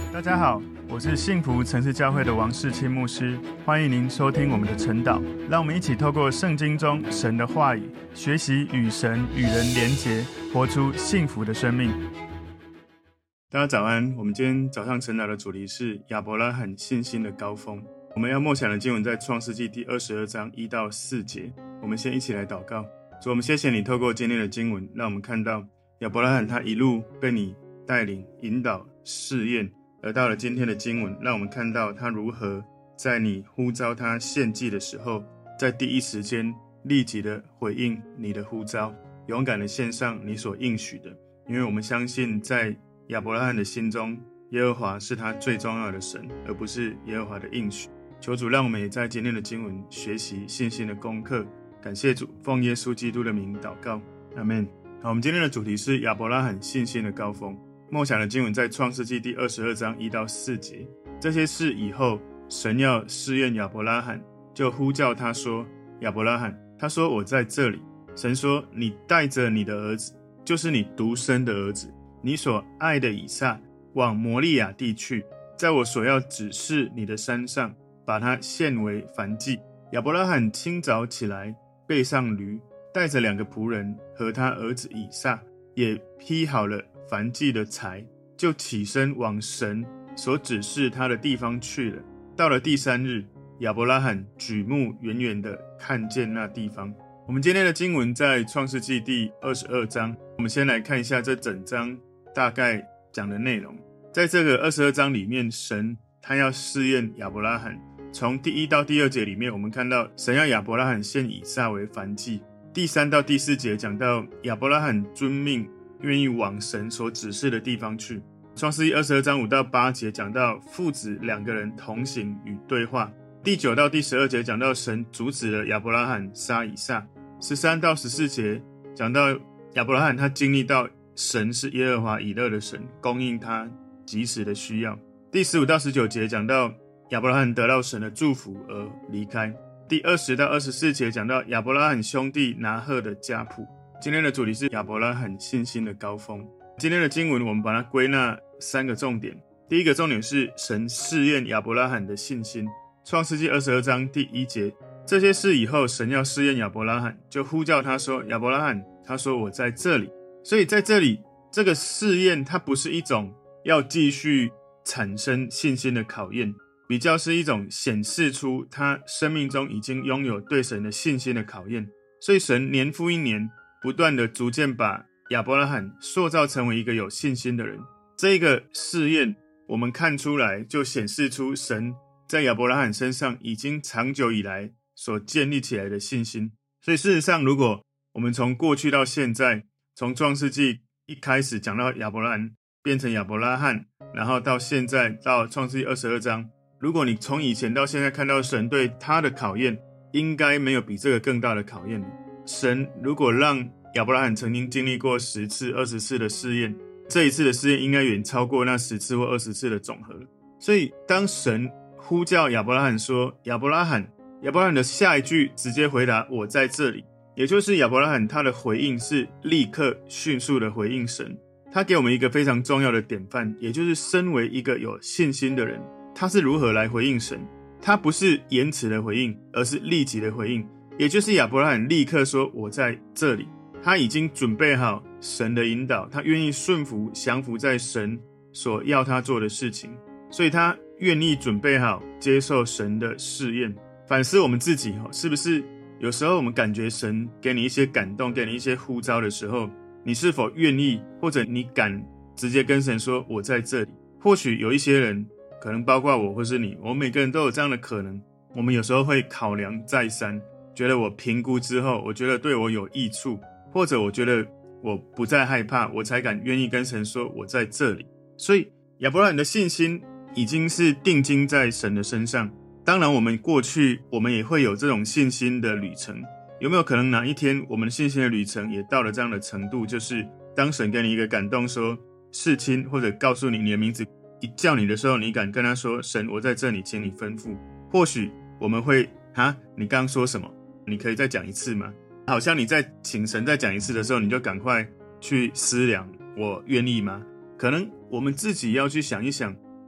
大家好，我是幸福城市教会的王世清牧师，欢迎您收听我们的晨祷。让我们一起透过圣经中神的话语，学习与神与人连结，活出幸福的生命。大家早安，我们今天早上晨祷的主题是亚伯拉罕信心的高峰。我们要默想的经文在创世纪第22章1到4节。我们先一起来祷告。主，我们谢谢你透过今天的经文，让我们看到亚伯拉罕他一路被你带领引导试验，而到了今天的经文，让我们看到他如何在你呼召他献祭的时候，在第一时间立即的回应你的呼召，勇敢的献上你所应许的。因为我们相信在亚伯拉罕的心中，耶和华是他最重要的神，而不是耶和华的应许。求主让我们也在今天的经文学习信心的功课。感谢主，奉耶稣基督的名祷告，阿们。好，我们今天的主题是亚伯拉罕信心的高峰。默想的经文在创世纪第22章1到4节。这些事以后，神要试验亚伯拉罕，就呼叫他说：亚伯拉罕。他说：我在这里。神说：你带着你的儿子，就是你独生的儿子，你所爱的以撒，往摩利亚地去，在我所要指示你的山上，把他献为燔祭。亚伯拉罕清早起来，背上驴，带着2个仆人和他儿子以撒，也劈好了燔祭的柴，就起身往神所指示他的地方去了。到了第3日，亚伯拉罕举目远远地看见那地方。我们今天的经文在创世纪第22章，我们先来看一下这整章大概讲的内容。在这个22章里面，神他要试验亚伯拉罕。从第1到第2节里面，我们看到神要亚伯拉罕献以撒为燔祭。第3到第4节讲到亚伯拉罕遵命，愿意往神所指示的地方去。创世纪22章5到8节讲到父子2个人同行与对话。第9到第12节讲到神阻止了亚伯拉罕杀以撒。13到14节讲到亚伯拉罕他经历到神是耶和华以勒的神，供应他即时的需要。第15到19节讲到亚伯拉罕得到神的祝福而离开。第20到24节讲到亚伯拉罕兄弟拿鹤的家谱。今天的主题是亚伯拉罕信心的高峰。今天的经文我们把它归纳3个重点。第一个重点是神试验亚伯拉罕的信心。创世纪22章第1节，这些事以后，神要试验亚伯拉罕，就呼叫他说：亚伯拉罕。他说：我在这里。所以在这里，这个试验它不是一种要继续产生信心的考验，比较是一种显示出他生命中已经拥有对神的信心的考验。所以神年复一年不断的逐渐把亚伯拉罕塑造成为一个有信心的人。这个试验我们看出来，就显示出神在亚伯拉罕身上已经长久以来所建立起来的信心。所以事实上，如果我们从过去到现在，从创世纪一开始讲到亚伯兰变成亚伯拉罕，然后到现在到创世纪22章，如果你从以前到现在看到神对他的考验，应该没有比这个更大的考验。神如果让亚伯拉罕曾经经历过10次、20次的试验，这一次的试验应该远超过那10次或20次的总和。所以当神呼叫亚伯拉罕说：亚伯拉罕，亚伯拉罕的下一句直接回答：我在这里。也就是亚伯拉罕他的回应是立刻迅速的回应神。他给我们一个非常重要的典范，也就是身为一个有信心的人，他是如何来回应神。他不是延迟的回应，而是立即的回应。也就是亚伯拉罕立刻说：我在这里。他已经准备好神的引导，他愿意顺服降服在神所要他做的事情，所以他愿意准备好接受神的试验。反思我们自己，是不是有时候我们感觉神给你一些感动，给你一些呼召的时候，你是否愿意，或者你敢直接跟神说：我在这里。或许有一些人，可能包括我或是你，我们每个人都有这样的可能。我们有时候会考量再三，觉得我评估之后，我觉得对我有益处，或者我觉得我不再害怕，我才敢愿意跟神说：我在这里。所以亚伯拉罕的信心已经是定睛在神的身上。当然我们过去我们也会有这种信心的旅程，有没有可能哪一天我们的信心的旅程也到了这样的程度，就是当神给你一个感动说世亲，或者告诉你你的名字一叫你的时候，你敢跟他说：神，我在这里，请你吩咐。或许我们会你刚刚说什么？你可以再讲一次吗？好像你在请神再讲一次的时候，你就赶快去思量，我愿意吗？可能我们自己要去想一想，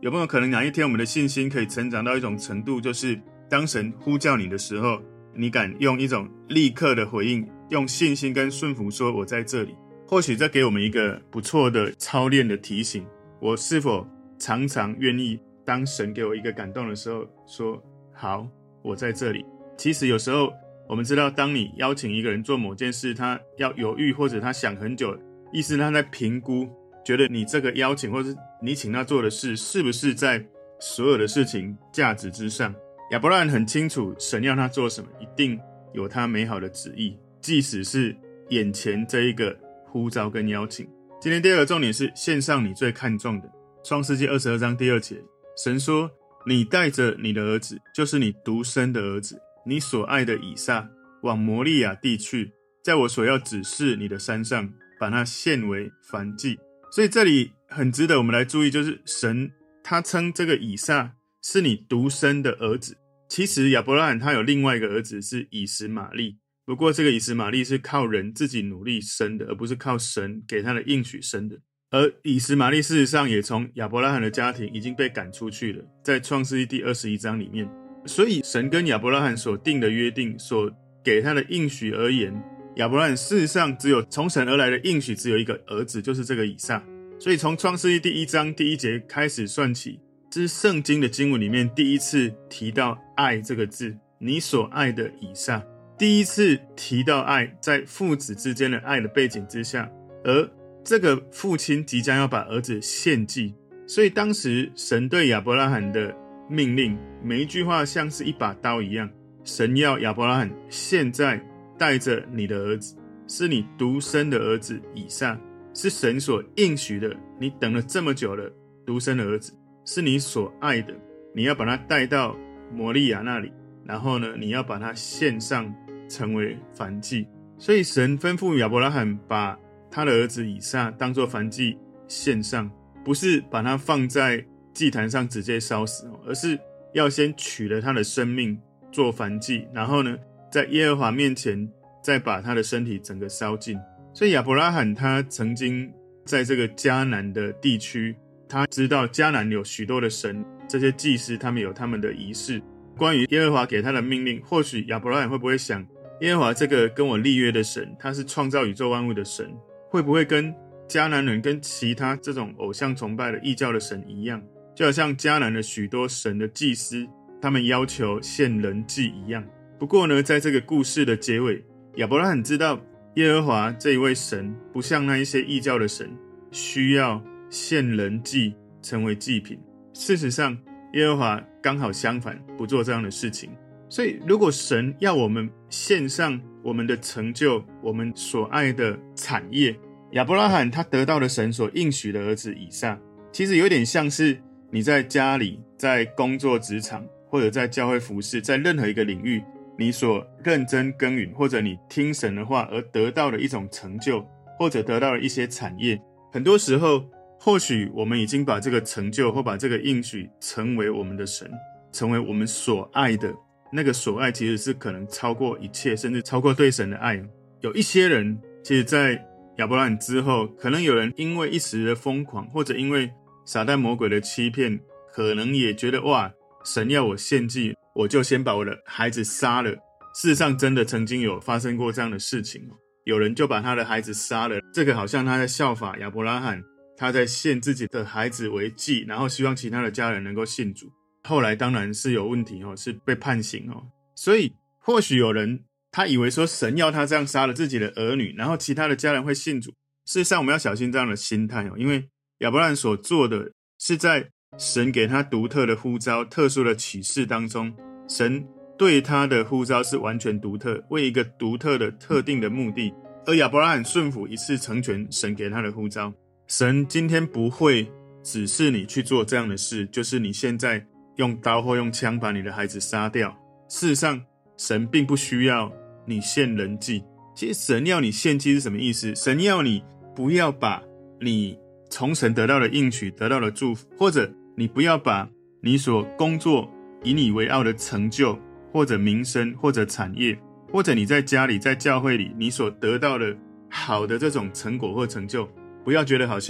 有没有可能哪一天我们的信心可以成长到一种程度，就是当神呼叫你的时候，你敢用一种立刻的回应，用信心跟顺服说我在这里。或许这给我们一个不错的操练的提醒，我是否常常愿意当神给我一个感动的时候说好，我在这里。其实有时候我们知道，当你邀请一个人做某件事，他要犹豫或者他想很久，意思他在评估，觉得你这个邀请或是你请他做的事是不是在所有的事情价值之上。亚伯拉罕很清楚神要他做什么，一定有他美好的旨意，即使是眼前这一个呼召跟邀请。今天第二个重点是献上你最看重的。创世纪22章第2节，神说，你带着你的儿子，就是你独生的儿子，你所爱的以撒，往摩利亚地去，在我所要指示你的山上，把它献为燔祭。所以这里很值得我们来注意，就是神他称这个以撒是你独生的儿子。其实亚伯拉罕他有另外一个儿子是以实玛利，不过这个以实玛利是靠人自己努力生的，而不是靠神给他的应许生的。而以实玛利事实上也从亚伯拉罕的家庭已经被赶出去了，在创世纪第21章里面。所以神跟亚伯拉罕所定的约定，所给他的应许而言，亚伯拉罕事实上只有从神而来的应许只有一个儿子，就是这个以撒。所以从创世纪第1章第1节开始算起，这是圣经的经文里面第一次提到爱这个字，你所爱的以撒，第一次提到爱，在父子之间的爱的背景之下，而这个父亲即将要把儿子献祭。所以当时神对亚伯拉罕的命令，每一句话像是一把刀一样，神要亚伯拉罕现在带着你的儿子，是你独生的儿子以撒，是神所应许的，你等了这么久了，独生的儿子是你所爱的，你要把他带到摩利亚那里，然后呢，你要把他献上成为燔祭。所以神吩咐亚伯拉罕把他的儿子以撒当作燔祭献上，不是把他放在祭坛上直接烧死，而是要先取了他的生命做燔祭，然后呢，在耶和华面前再把他的身体整个烧尽。所以亚伯拉罕他曾经在这个迦南的地区，他知道迦南有许多的神，这些祭司他们有他们的仪式，关于耶和华给他的命令，或许亚伯拉罕会不会想，耶和华这个跟我立约的神，他是创造宇宙万物的神，会不会跟迦南人跟其他这种偶像崇拜的异教的神一样，就好像迦南的许多神的祭司他们要求献人祭一样。不过呢，在这个故事的结尾，亚伯拉罕知道耶和华这一位神不像那一些异教的神需要献人祭成为祭品，事实上耶和华刚好相反，不做这样的事情。所以如果神要我们献上我们的成就，我们所爱的产业，亚伯拉罕他得到了神所应许的儿子以撒，其实有点像是你在家里，在工作职场，或者在教会服事，在任何一个领域，你所认真耕耘，或者你听神的话而得到的一种成就，或者得到了一些产业。很多时候或许我们已经把这个成就或把这个应许成为我们的神，成为我们所爱的，那个所爱其实是可能超过一切，甚至超过对神的爱。有一些人其实在亚伯拉罕之后，可能有人因为一时的疯狂，或者因为撒旦魔鬼的欺骗，可能也觉得哇，神要我献祭，我就先把我的孩子杀了。事实上真的曾经有发生过这样的事情，有人就把他的孩子杀了，这个好像他在效法亚伯拉罕，他在献自己的孩子为祭，然后希望其他的家人能够信主。后来当然是有问题，是被判刑。所以或许有人他以为说神要他这样杀了自己的儿女，然后其他的家人会信主。事实上我们要小心这样的心态，因为亚伯拉罕所做的是在神给他独特的呼召，特殊的启示当中，神对他的呼召是完全独特，为一个独特的特定的目的。而亚伯拉罕顺服一次成全神给他的呼召。神今天不会指示你去做这样的事，就是你现在用刀或用枪把你的孩子杀掉。事实上神并不需要你献人祭。其实神要你献祭是什么意思？神要你不要把你从神得到的应许，得到的祝福，或者你不要把你所工作以你为傲的成就，或者名声，或者产业，或者你在家里在教会里你所得到的好的这种成果或成就，不要觉得好像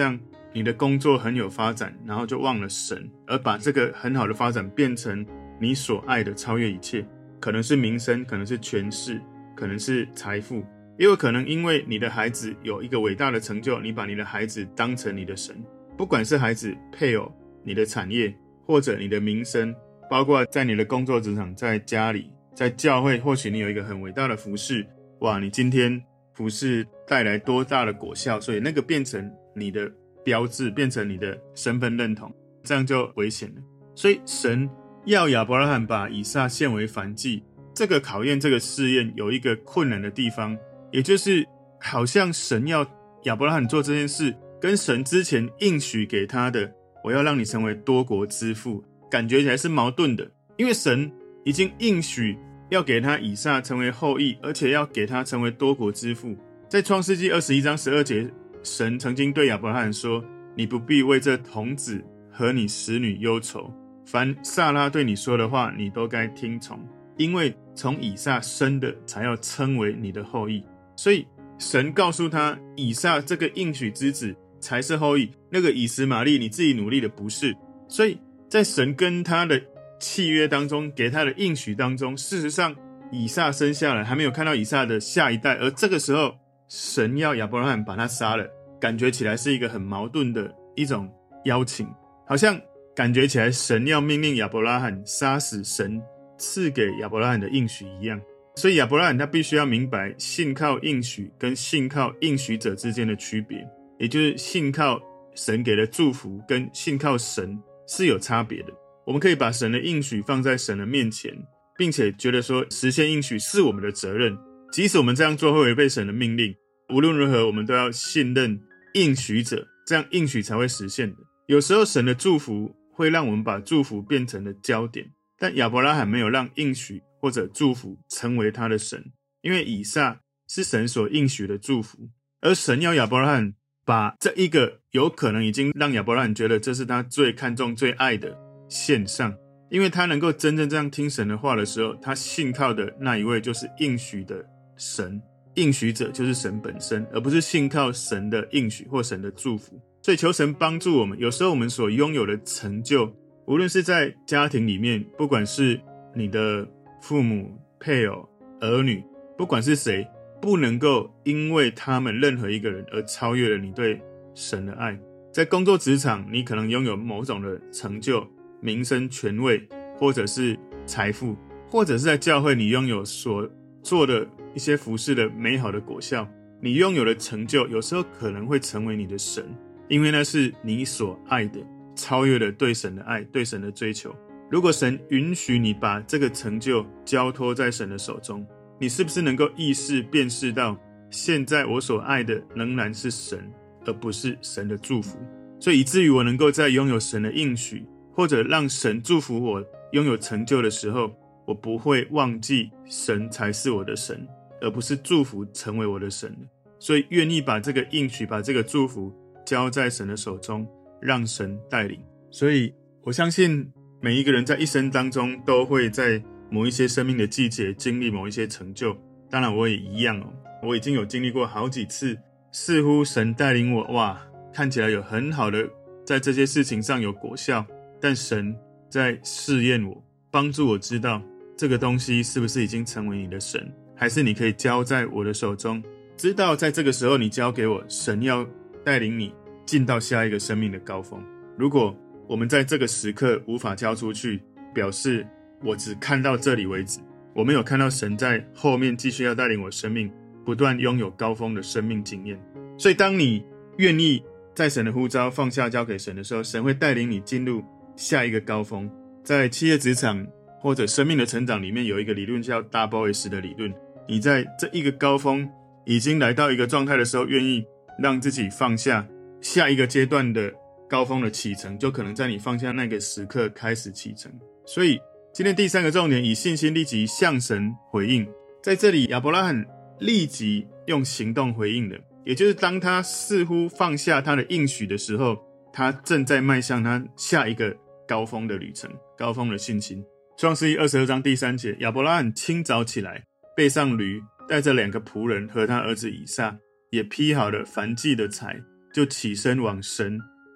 你的工作很有发展，然后就忘了神，而把这个很好的发展变成你所爱的超越一切，可能是名声，可能是权势，可能是财富，也有可能因为你的孩子有一个伟大的成就，你把你的孩子当成你的神。不管是孩子、配偶、你的产业，或者你的名声，包括在你的工作职场，在家里，在教会，或许你有一个很伟大的服事，哇，你今天服事带来多大的果效，所以那个变成你的标志，变成你的身份认同，这样就危险了。所以神要亚伯拉罕把以撒献为燔祭，这个考验，这个试验有一个困难的地方，也就是好像神要亚伯拉罕做这件事，跟神之前应许给他的我要让你成为多国之父，感觉起来是矛盾的。因为神已经应许要给他以撒成为后裔，而且要给他成为多国之父。在创世纪21章12节，神曾经对亚伯拉罕说，你不必为这童子和你使女忧愁，凡撒拉对你说的话，你都该听从，因为从以撒生的才要称为你的后裔。所以神告诉他，以撒这个应许之子才是后裔，那个以实玛利你自己努力的不是。所以在神跟他的契约当中，给他的应许当中，事实上以撒生下来还没有看到以撒的下一代，而这个时候神要亚伯拉罕把他杀了，感觉起来是一个很矛盾的一种邀请，好像感觉起来神要命令亚伯拉罕杀死神赐给亚伯拉罕的应许一样。所以亚伯拉罕他必须要明白信靠应许跟信靠应许者之间的区别，也就是信靠神给的祝福跟信靠神是有差别的。我们可以把神的应许放在神的面前，并且觉得说实现应许是我们的责任，即使我们这样做会违背神的命令，无论如何我们都要信任应许者，这样应许才会实现的。有时候神的祝福会让我们把祝福变成了焦点，但亚伯拉罕没有让应许或者祝福成为他的神，因为以撒是神所应许的祝福，而神要亚伯拉罕把这一个有可能已经让亚伯拉罕觉得这是他最看重最爱的献上，因为他能够真正这样听神的话的时候，他信靠的那一位就是应许的神，应许者就是神本身，而不是信靠神的应许或神的祝福。所以求神帮助我们，有时候我们所拥有的成就，无论是在家庭里面，不管是你的父母、配偶、儿女，不管是谁，不能够因为他们任何一个人而超越了你对神的爱。在工作职场，你可能拥有某种的成就、名声、权位，或者是财富，或者是在教会你拥有所做的一些服事的美好的果效，你拥有的成就有时候可能会成为你的神，因为那是你所爱的，超越了对神的爱，对神的追求。如果神允许你把这个成就交托在神的手中，你是不是能够意识辨识到，现在我所爱的仍然是神，而不是神的祝福，所以以至于我能够在拥有神的应许，或者让神祝福我拥有成就的时候，我不会忘记神才是我的神，而不是祝福成为我的神。所以愿意把这个应许，把这个祝福交在神的手中，让神带领。所以我相信每一个人在一生当中都会在某一些生命的季节经历某一些成就，当然我也一样哦。我已经有经历过好几次，似乎神带领我，哇，看起来有很好的在这些事情上有果效，但神在试验我，帮助我知道这个东西是不是已经成为你的神，还是你可以交在我的手中，知道在这个时候你交给我，神要带领你进到下一个生命的高峰。如果我们在这个时刻无法交出去，表示我只看到这里为止，我没有看到神在后面继续要带领我生命不断拥有高峰的生命经验。所以当你愿意在神的呼召放下交给神的时候，神会带领你进入下一个高峰。在企业职场或者生命的成长里面，有一个理论叫 WS 的理论，你在这一个高峰已经来到一个状态的时候，愿意让自己放下，下一个阶段的高峰的启程就可能在你放下那个时刻开始启程。所以今天第三个重点，以信心立即向神回应。在这里亚伯拉罕立即用行动回应了，也就是当他似乎放下他的应许的时候，他正在迈向他下一个高峰的旅程，高峰的信心。创世记22章第3节，亚伯拉罕清早起来，背上驴，带着2个仆人和他儿子以撒，也劈好了燔祭的柴，就起身往神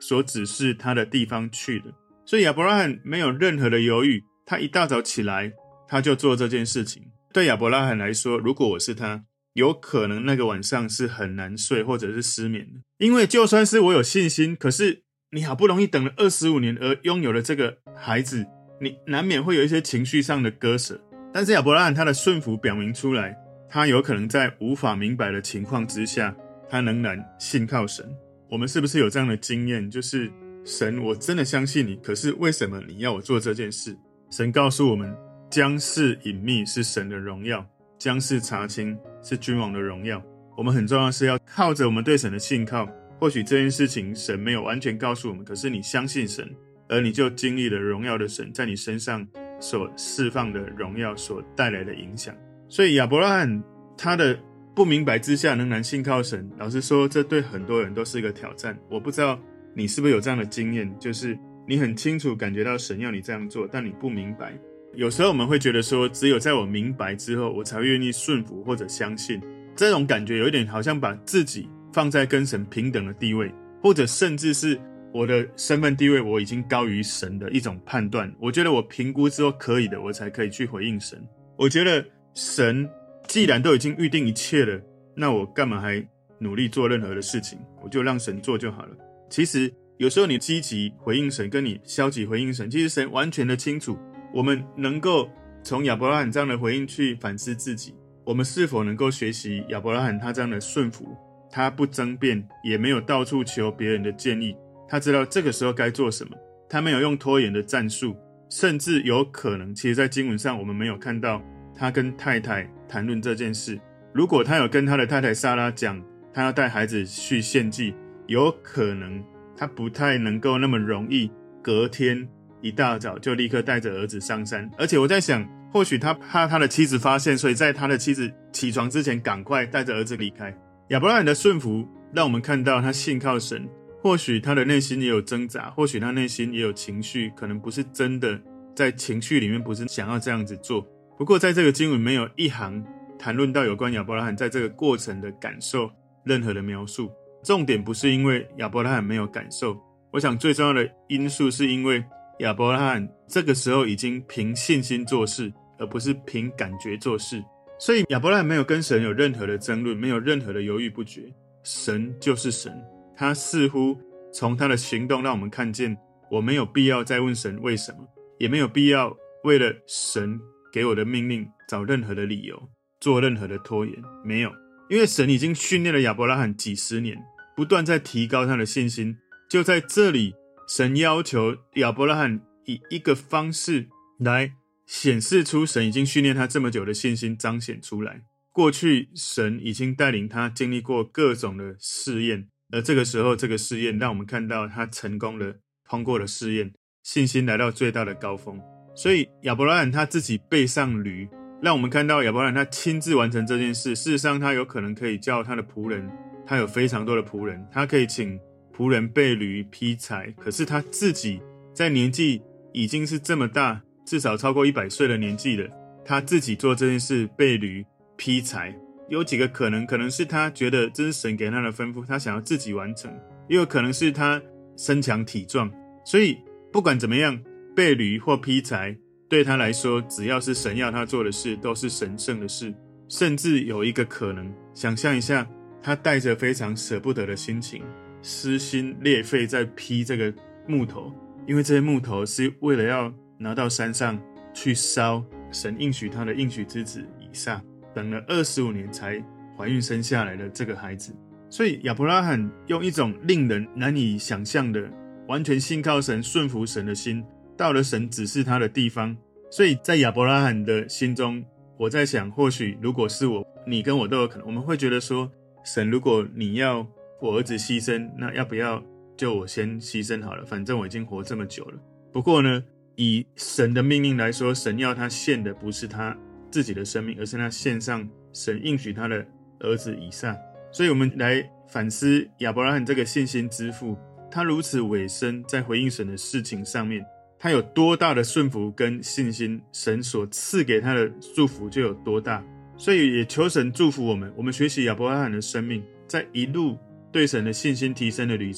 所指示他的地方去了。所以亚伯拉罕没有任何的犹豫，他一大早起来他就做这件事情。对亚伯拉罕来说，如果我是他，有可能那个晚上是很难睡或者是失眠的。因为就算是我有信心，可是你好不容易等了25年而拥有了这个孩子，你难免会有一些情绪上的割舍。但是亚伯拉罕他的顺服表明出来，他有可能在无法明白的情况之下，他仍然信靠神。我们是不是有这样的经验，就是神，我真的相信你，可是为什么你要我做这件事？神告诉我们，将事隐秘是神的荣耀，将事查清是君王的荣耀。我们很重要的是要靠着我们对神的信靠，或许这件事情神没有完全告诉我们，可是你相信神，而你就经历了荣耀的神在你身上所释放的荣耀所带来的影响。所以亚伯拉罕他的不明白之下仍然信靠神，老实说这对很多人都是一个挑战。我不知道你是不是有这样的经验，就是你很清楚感觉到神要你这样做，但你不明白。有时候我们会觉得说，只有在我明白之后我才会愿意顺服或者相信，这种感觉有一点好像把自己放在跟神平等的地位，或者甚至是我的身份地位我已经高于神的一种判断。我觉得我评估之后可以的，我才可以去回应神。我觉得神既然都已经预定一切了，那我干嘛还努力做任何的事情？我就让神做就好了。其实有时候你积极回应神跟你消极回应神，其实神完全的清楚。我们能够从亚伯拉罕这样的回应去反思自己，我们是否能够学习亚伯拉罕他这样的顺服，他不争辩，也没有到处求别人的建议，他知道这个时候该做什么，他没有用拖延的战术，甚至有可能其实在经文上我们没有看到他跟太太谈论这件事。如果他有跟他的太太撒拉讲他要带孩子去献祭，有可能他不太能够那么容易隔天一大早就立刻带着儿子上山。而且我在想，或许他怕他的妻子发现，所以在他的妻子起床之前赶快带着儿子离开。亚伯拉罕的顺服让我们看到他信靠神，或许他的内心也有挣扎，或许他内心也有情绪，可能不是真的在情绪里面不是想要这样子做。不过在这个经文没有一行谈论到有关亚伯拉罕在这个过程的感受任何的描述。重点不是因为亚伯拉罕没有感受，我想最重要的因素是因为亚伯拉罕这个时候已经凭信心做事，而不是凭感觉做事。所以亚伯拉罕没有跟神有任何的争论，没有任何的犹豫不决。神就是神，他似乎从他的行动让我们看见，我没有必要再问神为什么，也没有必要为了神给我的命令找任何的理由，做任何的拖延。没有，因为神已经训练了亚伯拉罕几十年，不断在提高他的信心。就在这里，神要求亚伯拉罕以一个方式来显示出神已经训练他这么久的信心彰显出来。过去神已经带领他经历过各种的试验，而这个时候这个试验让我们看到他成功的通过了试验，信心来到最大的高峰。所以亚伯拉罕他自己背上驴，让我们看到亚伯拉罕他亲自完成这件事。事实上他有可能可以叫他的仆人，他有非常多的仆人，他可以请仆人备驴劈柴，可是他自己在年纪已经是这么大，至少超过100岁的年纪了，他自己做这件事，备驴劈柴。有几个可能，可能是他觉得这是神给他的吩咐，他想要自己完成，也有可能是他身强体壮。所以不管怎么样，备驴或劈柴对他来说，只要是神要他做的事，都是神圣的事。甚至有一个可能，想象一下，他带着非常舍不得的心情，撕心裂肺在劈这个木头，因为这些木头是为了要拿到山上去烧神应许他的应许之子以撒，等了25年才怀孕生下来的这个孩子。所以亚伯拉罕用一种令人难以想象的完全信靠神顺服神的心，到了神指示他的地方。所以在亚伯拉罕的心中，我在想，或许如果是我，你跟我都有可能，我们会觉得说，神，如果你要我儿子牺牲，那要不要就我先牺牲好了，反正我已经活这么久了。不过呢，以神的命令来说，神要他献的不是他自己的生命，而是他献上神应许他的儿子以撒。所以我们来反思亚伯拉罕这个信心之父，他如此委身在回应神的事情上面，他有多大的顺服跟信心，神所赐给他的祝福就有多大。所以也求神祝福我们，我们学习亚伯拉罕的生命，在一路对神的信心提升的旅程，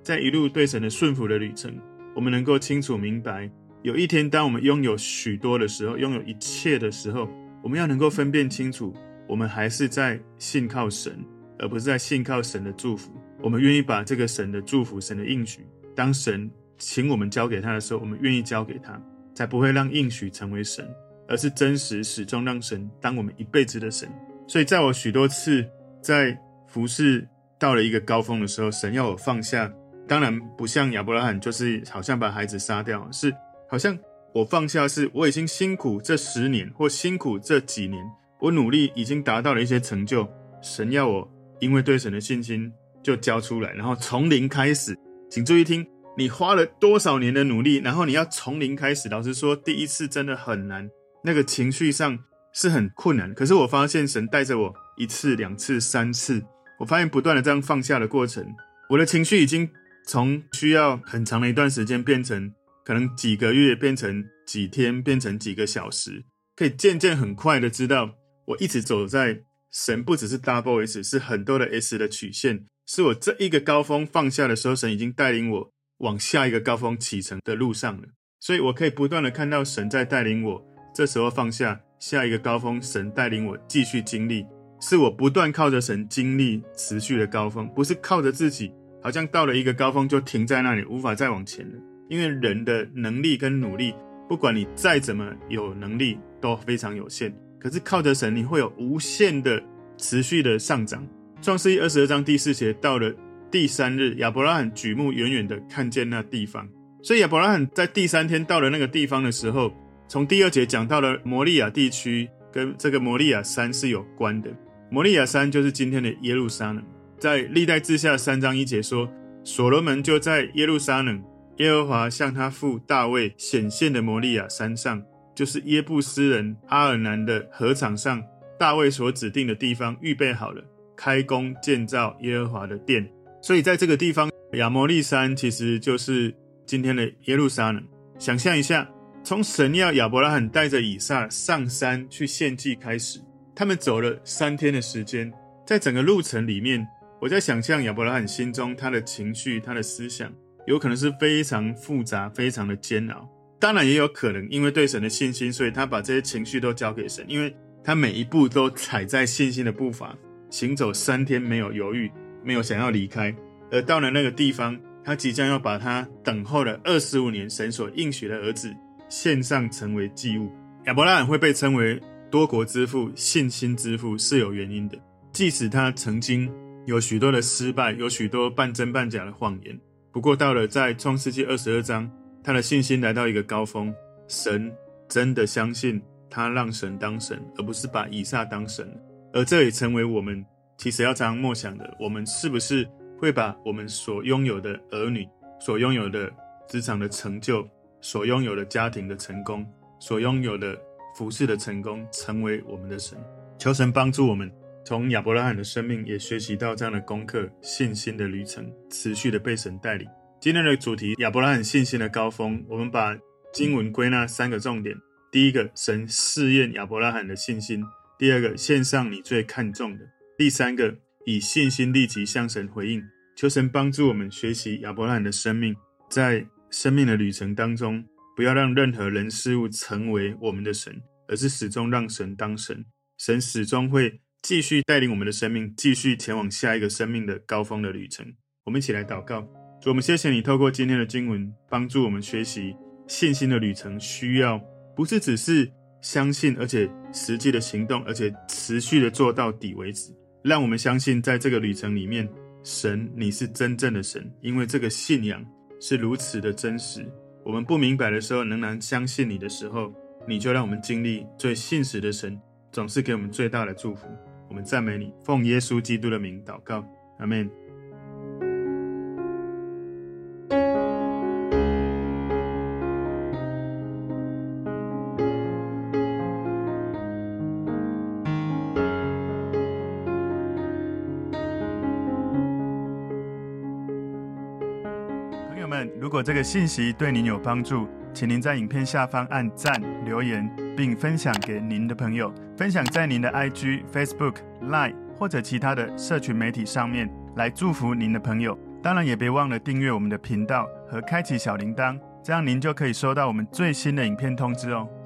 在一路对神的顺服的旅程，我们能够清楚明白，有一天当我们拥有许多的时候，拥有一切的时候，我们要能够分辨清楚，我们还是在信靠神，而不是在信靠神的祝福。我们愿意把这个神的祝福、神的应许，当神请我们交给他的时候，我们愿意交给他，才不会让应许成为神，而是真实始终让神当我们一辈子的神。所以在我许多次在服事到了一个高峰的时候，神要我放下，当然不像亚伯拉罕就是好像把孩子杀掉，是好像我放下是我已经辛苦这10年或辛苦这几年，我努力已经达到了一些成就，神要我因为对神的信心就交出来，然后从零开始。请注意听，你花了多少年的努力，然后你要从零开始，老实说第一次真的很难，那个情绪上是很困难。可是我发现神带着我1次2次3次，我发现不断的这样放下的过程，我的情绪已经从需要很长的一段时间变成可能几个月，变成几天，变成几个小时，可以渐渐很快的知道我一直走在神不只是 double S， 是很多的 S 的曲线，是我这一个高峰放下的时候，神已经带领我往下一个高峰启程的路上了。所以我可以不断的看到神在带领我，这时候放下，下一个高峰神带领我继续经历，是我不断靠着神经历持续的高峰，不是靠着自己好像到了一个高峰就停在那里无法再往前了。因为人的能力跟努力，不管你再怎么有能力都非常有限，可是靠着神你会有无限的持续的上涨。创世记22章第4节，到了第3日，亚伯拉罕举目远远的看见那地方。所以亚伯拉罕在第3天到了那个地方的时候，从第2节讲到了摩利亚地区，跟这个摩利亚山是有关的。摩利亚山就是今天的耶路撒冷。在历代志下3章1节说，所罗门就在耶路撒冷，耶和华向他父大卫显现的摩利亚山上，就是耶布斯人阿尔南的禾场上，大卫所指定的地方预备好了，开工建造耶和华的殿。所以在这个地方，亚摩利山其实就是今天的耶路撒冷。想象一下，从神要亚伯拉罕带着以撒上山去献祭开始，他们走了3天的时间。在整个路程里面，我在想象亚伯拉罕心中他的情绪，他的思想有可能是非常复杂，非常的煎熬。当然也有可能因为对神的信心，所以他把这些情绪都交给神，因为他每一步都踩在信心的步伐，行走3天没有犹豫，没有想要离开。而到了那个地方，他即将要把他等候了25年神所应许的儿子献上成为祭物。亚伯拉罕会被称为多国之父、信心之父是有原因的，即使他曾经有许多的失败，有许多半真半假的谎言，不过到了在创世纪22章，他的信心来到一个高峰，神真的相信他让神当神，而不是把以撒当神。而这也成为我们其实要常常默想的，我们是不是会把我们所拥有的儿女，所拥有的职场的成就，所拥有的家庭的成功，所拥有的服事的成功，成为我们的神。求神帮助我们从亚伯拉罕的生命也学习到这样的功课，信心的旅程持续的被神带领。今天的主题，亚伯拉罕信心的高峰，我们把经文归纳3个重点。第一个，神试验亚伯拉罕的信心；第二个，献上你最看重的；第三个，以信心立即向神回应。求神帮助我们学习亚伯拉罕的生命，在生命的旅程当中，不要让任何人事物成为我们的神，而是始终让神当神。神始终会继续带领我们的生命，继续前往下一个生命的高峰的旅程。我们一起来祷告。主，我们谢谢你透过今天的经文帮助我们学习信心的旅程，需要不是只是相信，而且实际的行动，而且持续的做到底为止。让我们相信在这个旅程里面，神你是真正的神，因为这个信仰是如此的真实。我们不明白的时候，仍然相信你的时候，你就让我们经历最信实的神总是给我们最大的祝福。我们赞美你，奉耶稣基督的名祷告，阿们。朋友们，如果这个信息对您有帮助，请您在影片下方按赞、留言，并分享给您的朋友，分享在您的 IG、Facebook、Line 或者其他的社群媒体上面，来祝福您的朋友。 当然也别忘了订阅我们的频道和开启小铃铛，这样您就可以收到我们最新的影片通知哦。